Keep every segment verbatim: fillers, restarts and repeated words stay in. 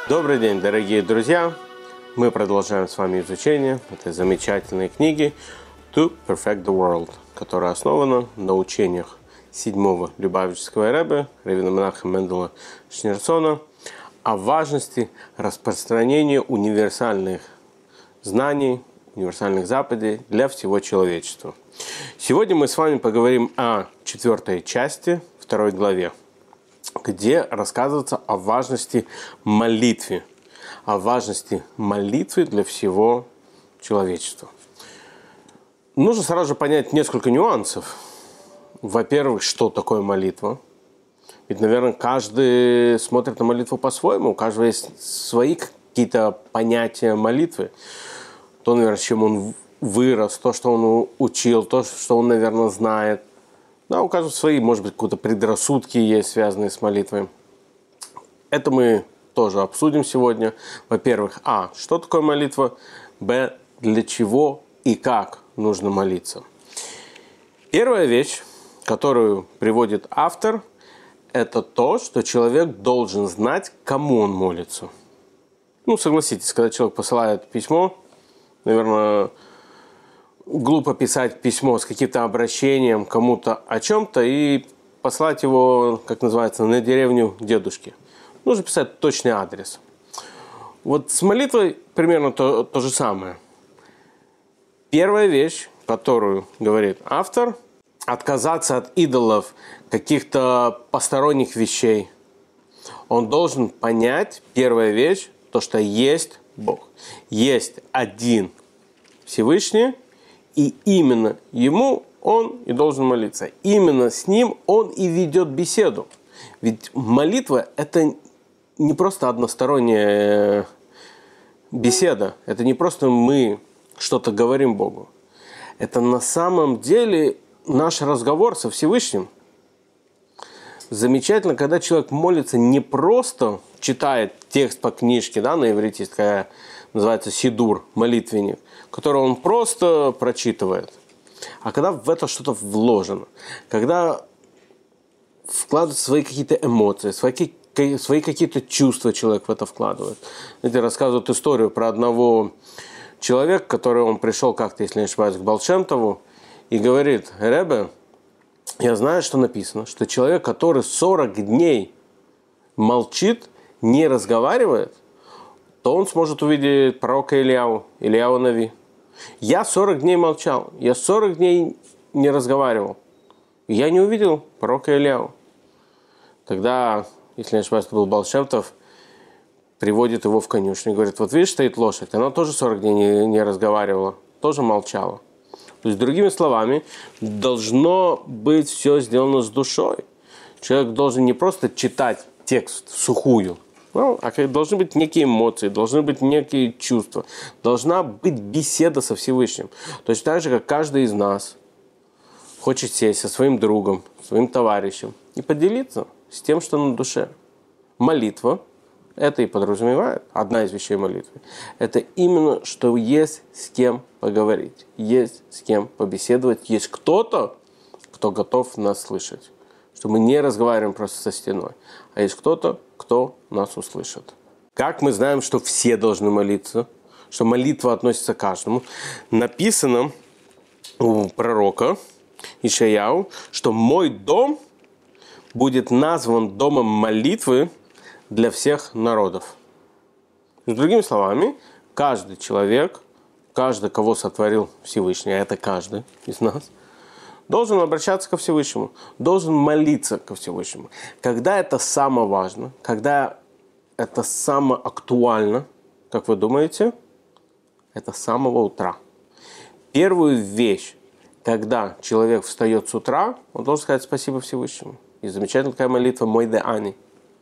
Добрый день, дорогие друзья! Мы продолжаем с вами изучение этой замечательной книги «To Perfect the World», которая основана на учениях седьмого Любавического ребе, раввина Менахема Мендела Шнерсона, о важности распространения универсальных знаний, универсальных заповедей для всего человечества. Сегодня мы с вами поговорим о четвертой части, второй главе, где рассказывается о важности молитвы, о важности молитвы для всего человечества. Нужно сразу же понять несколько нюансов. Во-первых, что такое молитва? Ведь, наверное, каждый смотрит на молитву по-своему, у каждого есть свои какие-то понятия молитвы. То, наверное, с чем он вырос, то, что он учил, то, что он, наверное, знает. Да, у каждого свои, может быть, какие-то предрассудки есть, связанные с молитвой. Это мы тоже обсудим сегодня. Во-первых, а, что такое молитва? Б, для чего и как нужно молиться? Первая вещь, которую приводит автор, это то, что человек должен знать, кому он молится. Ну, согласитесь, когда человек посылает письмо, наверное, глупо писать письмо с каким-то обращением кому-то о чем-то и послать его, как называется, на деревню дедушки. Нужно писать точный адрес. Вот с молитвой примерно то, то же самое. Первая вещь, которую говорит автор, отказаться от идолов, каких-то посторонних вещей. Он должен понять, первая вещь, то, что есть Бог. Есть один Всевышний, и именно ему он и должен молиться. Именно с ним он и ведет беседу. Ведь молитва – это не просто односторонняя беседа. Это не просто мы что-то говорим Богу. Это на самом деле наш разговор со Всевышним. Замечательно, когда человек молится, не просто читает текст по книжке, да, на иврите есть такая, называется сидур, молитвенник, который он просто прочитывает. А когда в это что-то вложено, когда вкладывает свои какие-то эмоции, свои, свои какие-то чувства человек в это вкладывает. Знаете, рассказывают историю про одного человека, который он пришел как-то, если не ошибаюсь, к Баал Шем Тову, и говорит: «Ребе, я знаю, что написано, что человек, который сорок дней молчит, не разговаривает, то он сможет увидеть пророка Ильяу, Ильяу Нави. Я сорок дней молчал, я сорок дней не разговаривал. Я не увидел пророка Ильяу». Тогда, если не ошибаюсь, это был Баал Шем Тов, приводит его в конюшню и говорит: вот видишь, стоит лошадь, она тоже сорок дней не, не разговаривала, тоже молчала. То есть, другими словами, должно быть все сделано с душой. Человек должен не просто читать текст сухую, ну, а должны быть некие эмоции, должны быть некие чувства, должна быть беседа со Всевышним. То есть так же, как каждый из нас хочет сесть со своим другом, своим товарищем и поделиться с тем, что на душе. Молитва это и подразумевает, одна из вещей молитвы, это именно, что есть с кем поговорить, есть с кем побеседовать, есть кто-то, кто готов нас слышать. Что мы не разговариваем просто со стеной, а есть кто-то, кто нас услышит. Как мы знаем, что все должны молиться, что молитва относится к каждому? Написано у пророка Ишаяу, что «мой дом будет назван домом молитвы для всех народов». Другими словами, каждый человек, каждый, кого сотворил Всевышний, а это каждый из нас, должен обращаться ко Всевышнему, должен молиться ко Всевышнему. Когда это самое важно, когда это самое актуально, как вы думаете, это с самого утра. Первую вещь, когда человек встает с утра, он должен сказать спасибо Всевышнему. И замечательная такая молитва «Мой де Ани».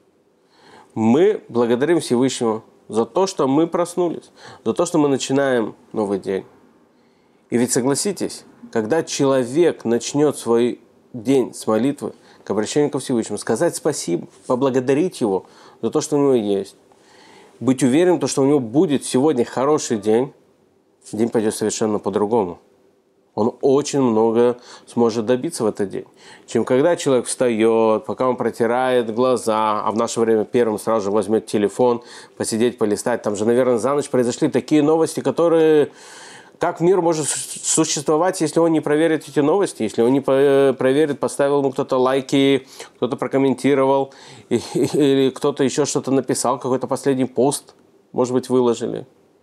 Мы благодарим Всевышнего за то, что мы проснулись, за то, что мы начинаем новый день. И ведь согласитесь, когда человек начнет свой день с молитвы, к обращению ко Всевышнему, сказать спасибо, поблагодарить его за то, что у него есть, быть уверенным, что у него будет сегодня хороший день, день пойдет совершенно по-другому. Он очень много сможет добиться в этот день. Чем когда человек встает, пока он протирает глаза, а в наше время первым сразу же возьмет телефон, посидеть, полистать. Там же, наверное, за ночь произошли такие новости, которые... Как мир может существовать, если он не проверит эти новости, если он не проверит, поставил ему кто-то лайки, кто-то прокомментировал, или кто-то еще что-то написал, какой-то последний пост, может быть, выложили.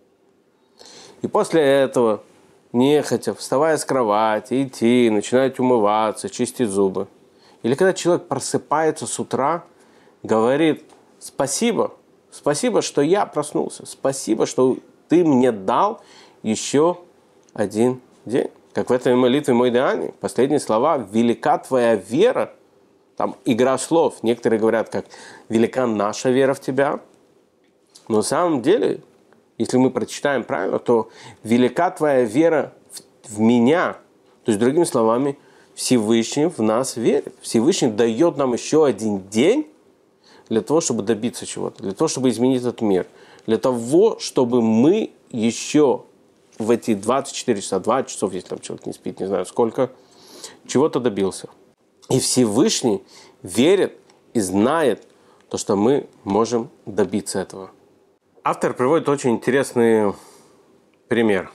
И после этого, нехотя, вставая с кровати, идти, начинать умываться, чистить зубы. Или когда человек просыпается с утра, говорит: спасибо, спасибо, что я проснулся, спасибо, что ты мне дал еще один день. Как в этой молитве Мойдеани, последние слова: «Велика твоя вера». Там игра слов. Некоторые говорят, как «велика наша вера в тебя». Но на самом деле, если мы прочитаем правильно, то «велика твоя вера в, в меня». То есть, другими словами, Всевышний в нас верит. Всевышний дает нам еще один день для того, чтобы добиться чего-то, для того, чтобы изменить этот мир, для того, чтобы мы еще в эти двадцать четыре часа, двадцать часов, если там человек не спит, не знаю сколько, чего-то добился. И Всевышний верит и знает то, что мы можем добиться этого. Автор приводит очень интересный пример.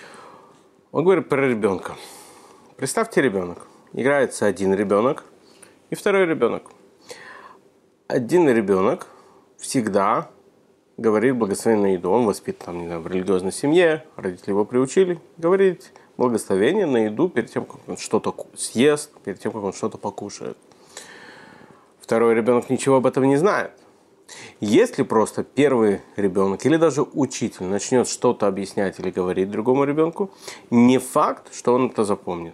Он говорит про ребенка. Представьте, ребенок. Играется один ребенок и второй ребенок. Один ребенок всегда говорит благословение на еду. Он воспитан там, не знаю, в религиозной семье, родители его приучили говорить благословение на еду перед тем, как он что-то съест, перед тем, как он что-то покушает. Второй ребенок ничего об этом не знает. Если просто первый ребенок или даже учитель начнет что-то объяснять или говорить другому ребенку, не факт, что он это запомнит.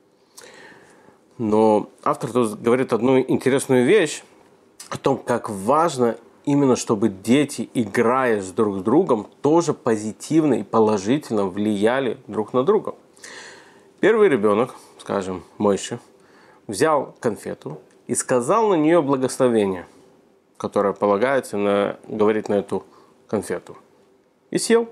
Но автор тут говорит одну интересную вещь о том, как важно именно чтобы дети, играя с друг с другом, тоже позитивно и положительно влияли друг на друга. Первый ребенок, скажем, Мойше, взял конфету и сказал на нее благословение, которое полагается на, говорить на эту конфету. И съел.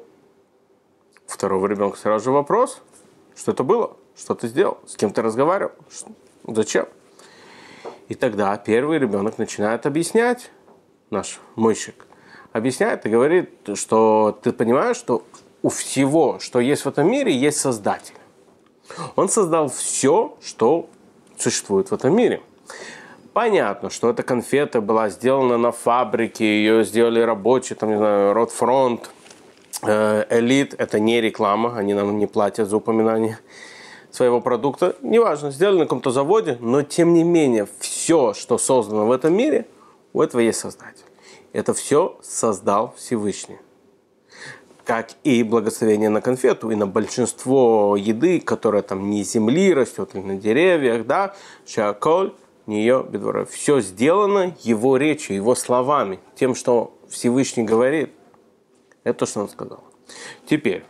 У второго ребенка сразу же вопрос: что это было? Что ты сделал? С кем ты разговаривал? Зачем? И тогда первый ребенок начинает объяснять. Наш мойщик объясняет и говорит, что ты понимаешь, что у всего, что есть в этом мире, есть Создатель. Он создал все, что существует в этом мире. Понятно, что эта конфета была сделана на фабрике, ее сделали рабочие, там, не знаю, Ротфронт, Элит. Это не реклама, они нам не платят за упоминание своего продукта. Неважно, сделали на каком-то заводе, но тем не менее, все, что создано в этом мире, у этого есть Создатель. Это все создал Всевышний. Как и благословение на конфету, и на большинство еды, которая там не из земли растет, или на деревьях, да, шаколь, нее бедвора. Все сделано его речью, его словами, тем, что Всевышний говорит. Это то, что он сказал. Теперь,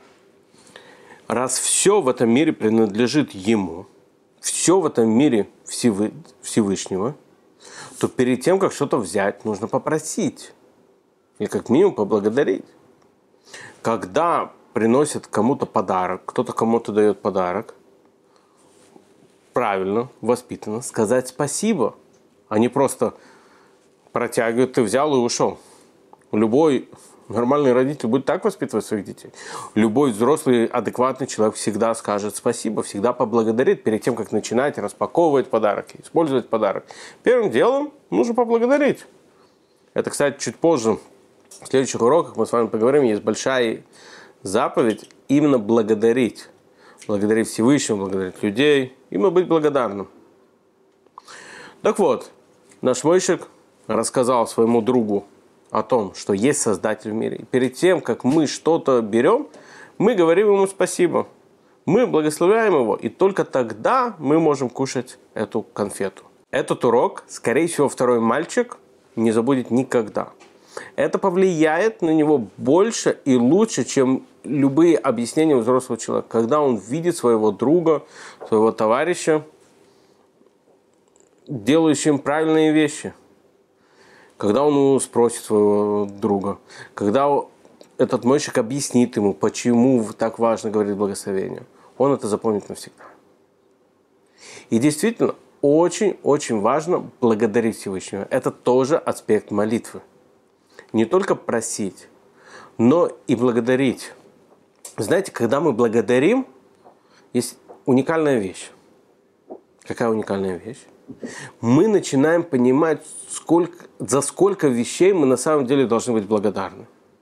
раз все в этом мире принадлежит ему, все в этом мире Всевышнего, то перед тем, как что-то взять, нужно попросить. Или как минимум поблагодарить. Когда приносят кому-то подарок, кто-то кому-то дает подарок, правильно, воспитанно сказать спасибо. А не просто протягивают, ты взял и ушел. Любой нормальный родитель будет так воспитывать своих детей. Любой взрослый, адекватный человек всегда скажет спасибо, всегда поблагодарит перед тем, как начинать распаковывать подарок, использовать подарок. Первым делом нужно поблагодарить. Это, кстати, чуть позже, в следующих уроках мы с вами поговорим, есть большая заповедь именно благодарить. Благодарить Всевышнего, благодарить людей, именно быть благодарным. Так вот, наш мойщик рассказал своему другу о том, что есть Создатель в мире. И перед тем, как мы что-то берем, мы говорим ему спасибо. Мы благословляем его, и только тогда мы можем кушать эту конфету. Этот урок, скорее всего, второй мальчик не забудет никогда. Это повлияет на него больше и лучше, чем любые объяснения взрослого человека. Когда он видит своего друга, своего товарища, делающим правильные вещи. Когда он спросит своего друга, когда этот мойщик объяснит ему, почему так важно говорить благословение, он это запомнит навсегда. И действительно, очень-очень важно благодарить Всевышнего. Это тоже аспект молитвы. Не только просить, но и благодарить. Знаете, когда мы благодарим, есть уникальная вещь. Какая уникальная вещь? Мы начинаем понимать, сколько, за сколько вещей мы на самом деле должны быть благодарны.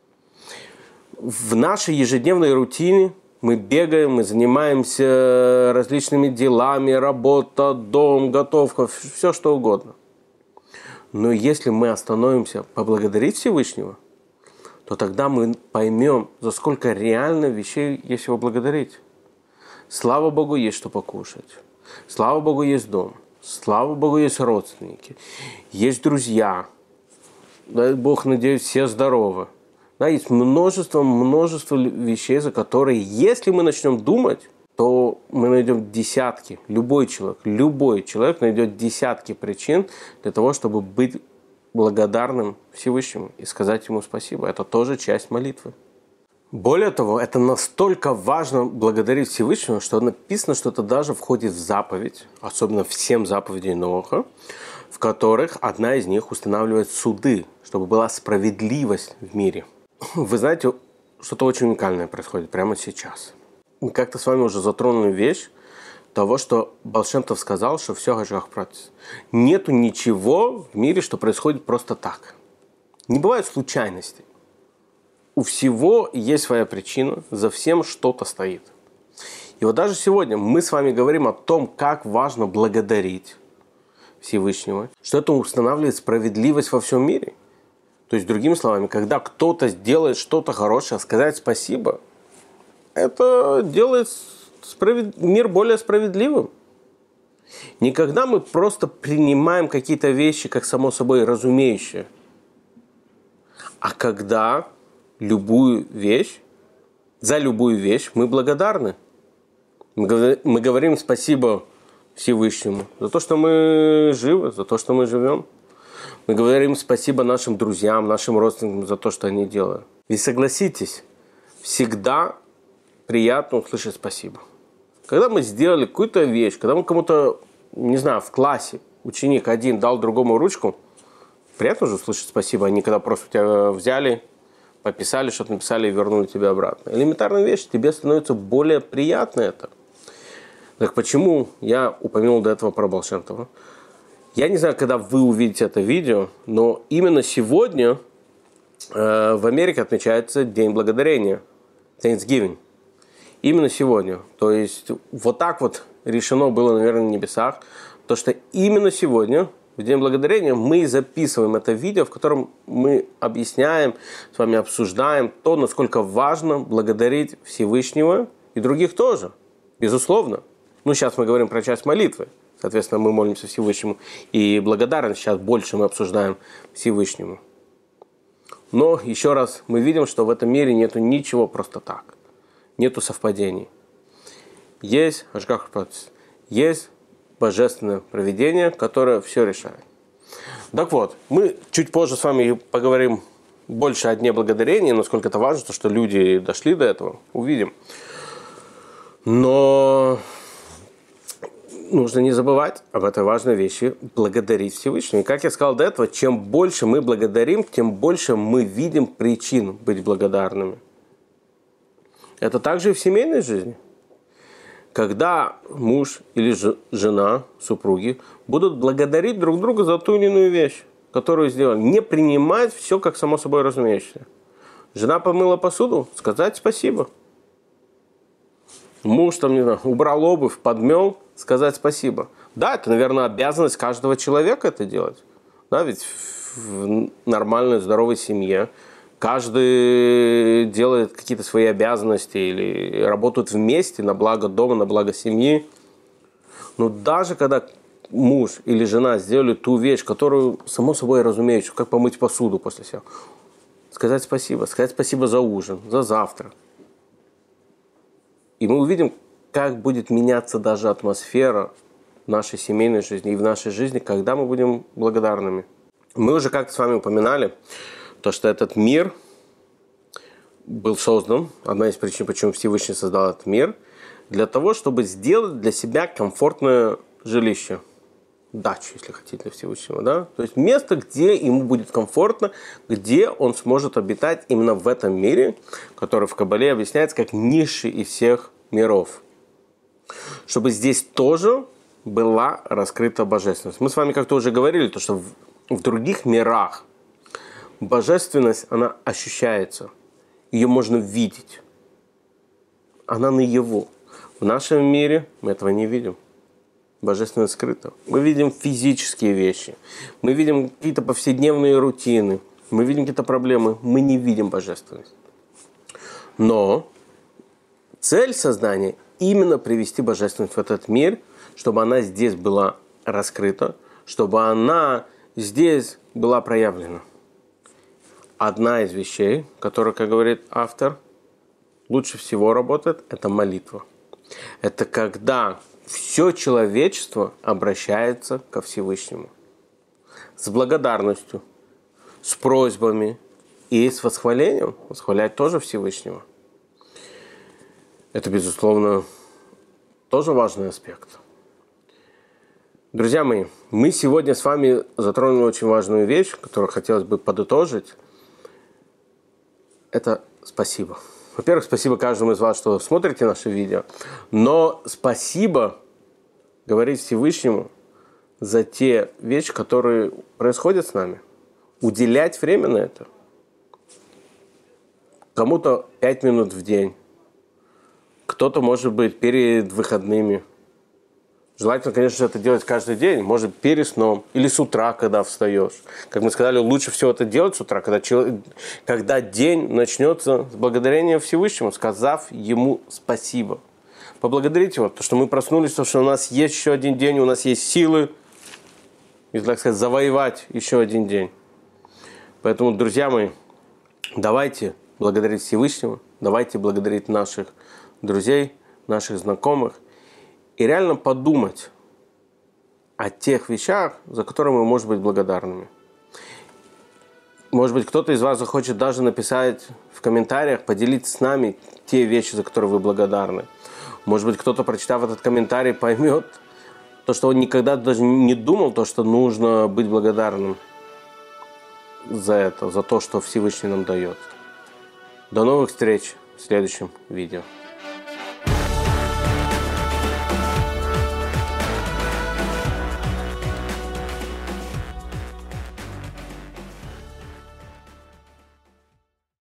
В нашей ежедневной рутине мы бегаем, мы занимаемся различными делами, работа, дом, готовка, все что угодно. Но если мы остановимся поблагодарить Всевышнего, то тогда мы поймем, за сколько реально вещей есть его благодарить. Слава Богу, есть что покушать. Слава Богу, есть дом. Слава Богу, есть родственники. Есть друзья. Дай Бог, надеюсь, все здоровы. Да, есть множество, множество вещей, за которые, если мы начнем думать, то мы найдем десятки, любой человек, любой человек найдет десятки причин для того, чтобы быть благодарным Всевышнему и сказать ему спасибо. Это тоже часть молитвы. Более того, это настолько важно благодарить Всевышнего, что написано, что это даже входит в заповедь, особенно в семь заповедей Ноха, в которых одна из них устанавливает суды, чтобы была справедливость в мире. Вы знаете, что-то очень уникальное происходит прямо сейчас. Мы как-то с вами уже затронули вещь того, что Баал Шем Тов сказал, что все гашгах протис. Нету ничего в мире, что происходит просто так. Не бывает случайностей. У всего есть своя причина, за всем что-то стоит. И вот даже сегодня мы с вами говорим о том, как важно благодарить Всевышнего, что это устанавливает справедливость во всем мире. То есть, другими словами, когда кто-то сделает что-то хорошее, сказать спасибо, это делает справед... мир более справедливым. Не когда мы просто принимаем какие-то вещи как само собой разумеющие, а когда любую вещь, за любую вещь мы благодарны. Мы говорим спасибо Всевышнему за то, что мы живы, за то, что мы живем. Мы говорим спасибо нашим друзьям, нашим родственникам за то, что они делают. Ведь согласитесь, всегда приятно услышать спасибо. Когда мы сделали какую-то вещь, когда мы кому-то, не знаю, в классе ученик один дал другому ручку, приятно же услышать спасибо, а не когда просто тебя взяли, пописали, что-то написали и вернули тебе обратно. Элементарная вещь, тебе становится более приятно это. Так почему я упомянул до этого про Баал Шем Това? Я не знаю, когда вы увидите это видео, но именно сегодня э, в Америке отмечается День Благодарения, Thanksgiving. Именно сегодня. То есть вот так вот решено было, наверное, на небесах, то что именно сегодня, в День Благодарения, мы записываем это видео, в котором мы объясняем, с вами обсуждаем то, насколько важно благодарить Всевышнего и других тоже, безусловно. Ну, сейчас мы говорим про часть молитвы. Соответственно, мы молимся Всевышнему. И благодарность сейчас больше мы обсуждаем Всевышнему. Но, еще раз, мы видим, что в этом мире нету ничего просто так. Нету совпадений. Есть гашгах протис. Есть божественное провидение, которое все решает. Так вот, мы чуть позже с вами поговорим больше о Дне Благодарения, насколько это важно, что люди дошли до этого. Увидим. Но нужно не забывать об этой важной вещи – благодарить Всевышнего. И как я сказал до этого, чем больше мы благодарим, тем больше мы видим причин быть благодарными. Это также и в семейной жизни. Когда муж или жена, супруги, будут благодарить друг друга за ту или иную вещь, которую сделали. Не принимать все как само собой разумеющееся. Жена помыла посуду, сказать спасибо. Муж там, не знаю, убрал обувь, подмел, сказать спасибо. Да, это, наверное, обязанность каждого человека это делать. Да, ведь в нормальной, здоровой семье каждый делает какие-то свои обязанности или работают вместе на благо дома, на благо семьи. Но даже когда муж или жена сделали ту вещь, которую, само собой разумеется, как помыть посуду после себя, сказать спасибо, сказать спасибо за ужин, за завтрак. И мы увидим, как будет меняться даже атмосфера в нашей семейной жизни и в нашей жизни, когда мы будем благодарными. Мы уже как-то с вами упоминали, то, что этот мир был создан, одна из причин, почему Всевышний создал этот мир, для того, чтобы сделать для себя комфортное жилище. Дачу, если хотите, для Всевышнего, да? То есть место, где ему будет комфортно, где он сможет обитать именно в этом мире, который в Кабале объясняется как низший из всех миров. Чтобы здесь тоже была раскрыта божественность. Мы с вами как-то уже говорили, то, что в, в других мирах божественность, она ощущается. Ее можно видеть. Она наяву. В нашем мире мы этого не видим. Божественность скрыта. Мы видим физические вещи. Мы видим какие-то повседневные рутины. Мы видим какие-то проблемы. Мы не видим божественность. Но цель создания именно привести божественность в этот мир, чтобы она здесь была раскрыта, чтобы она здесь была проявлена. Одна из вещей, которая, как говорит автор, лучше всего работает, это молитва. Это когда все человечество обращается ко Всевышнему. С благодарностью, с просьбами и с восхвалением. Восхвалять тоже Всевышнего. Это, безусловно, тоже важный аспект. Друзья мои, мы сегодня с вами затронули очень важную вещь, которую хотелось бы подытожить. Это спасибо. Во-первых, спасибо каждому из вас, что смотрите наши видео. Но спасибо говорить Всевышнему за те вещи, которые происходят с нами. Уделять время на это. Кому-то пять минут в день. Кто-то, может быть, перед выходными. Желательно, конечно, это делать каждый день. Может, перед сном. Или с утра, когда встаешь. Как мы сказали, лучше всего это делать с утра, когда, человек, когда день начнется с благодарения Всевышнему, сказав ему спасибо. Поблагодарите его, потому что мы проснулись, потому что у нас есть еще один день, у нас есть силы, и, так сказать, завоевать еще один день. Поэтому, друзья мои, давайте благодарить Всевышнего, давайте благодарить наших друзей, наших знакомых, и реально подумать о тех вещах, за которые мы можем быть благодарными. Может быть, кто-то из вас захочет даже написать в комментариях, поделиться с нами те вещи, за которые вы благодарны. Может быть, кто-то, прочитав этот комментарий, поймет то, что он никогда даже не думал, то, что нужно быть благодарным за это, за то, что Всевышний нам дает. До новых встреч в следующем видео.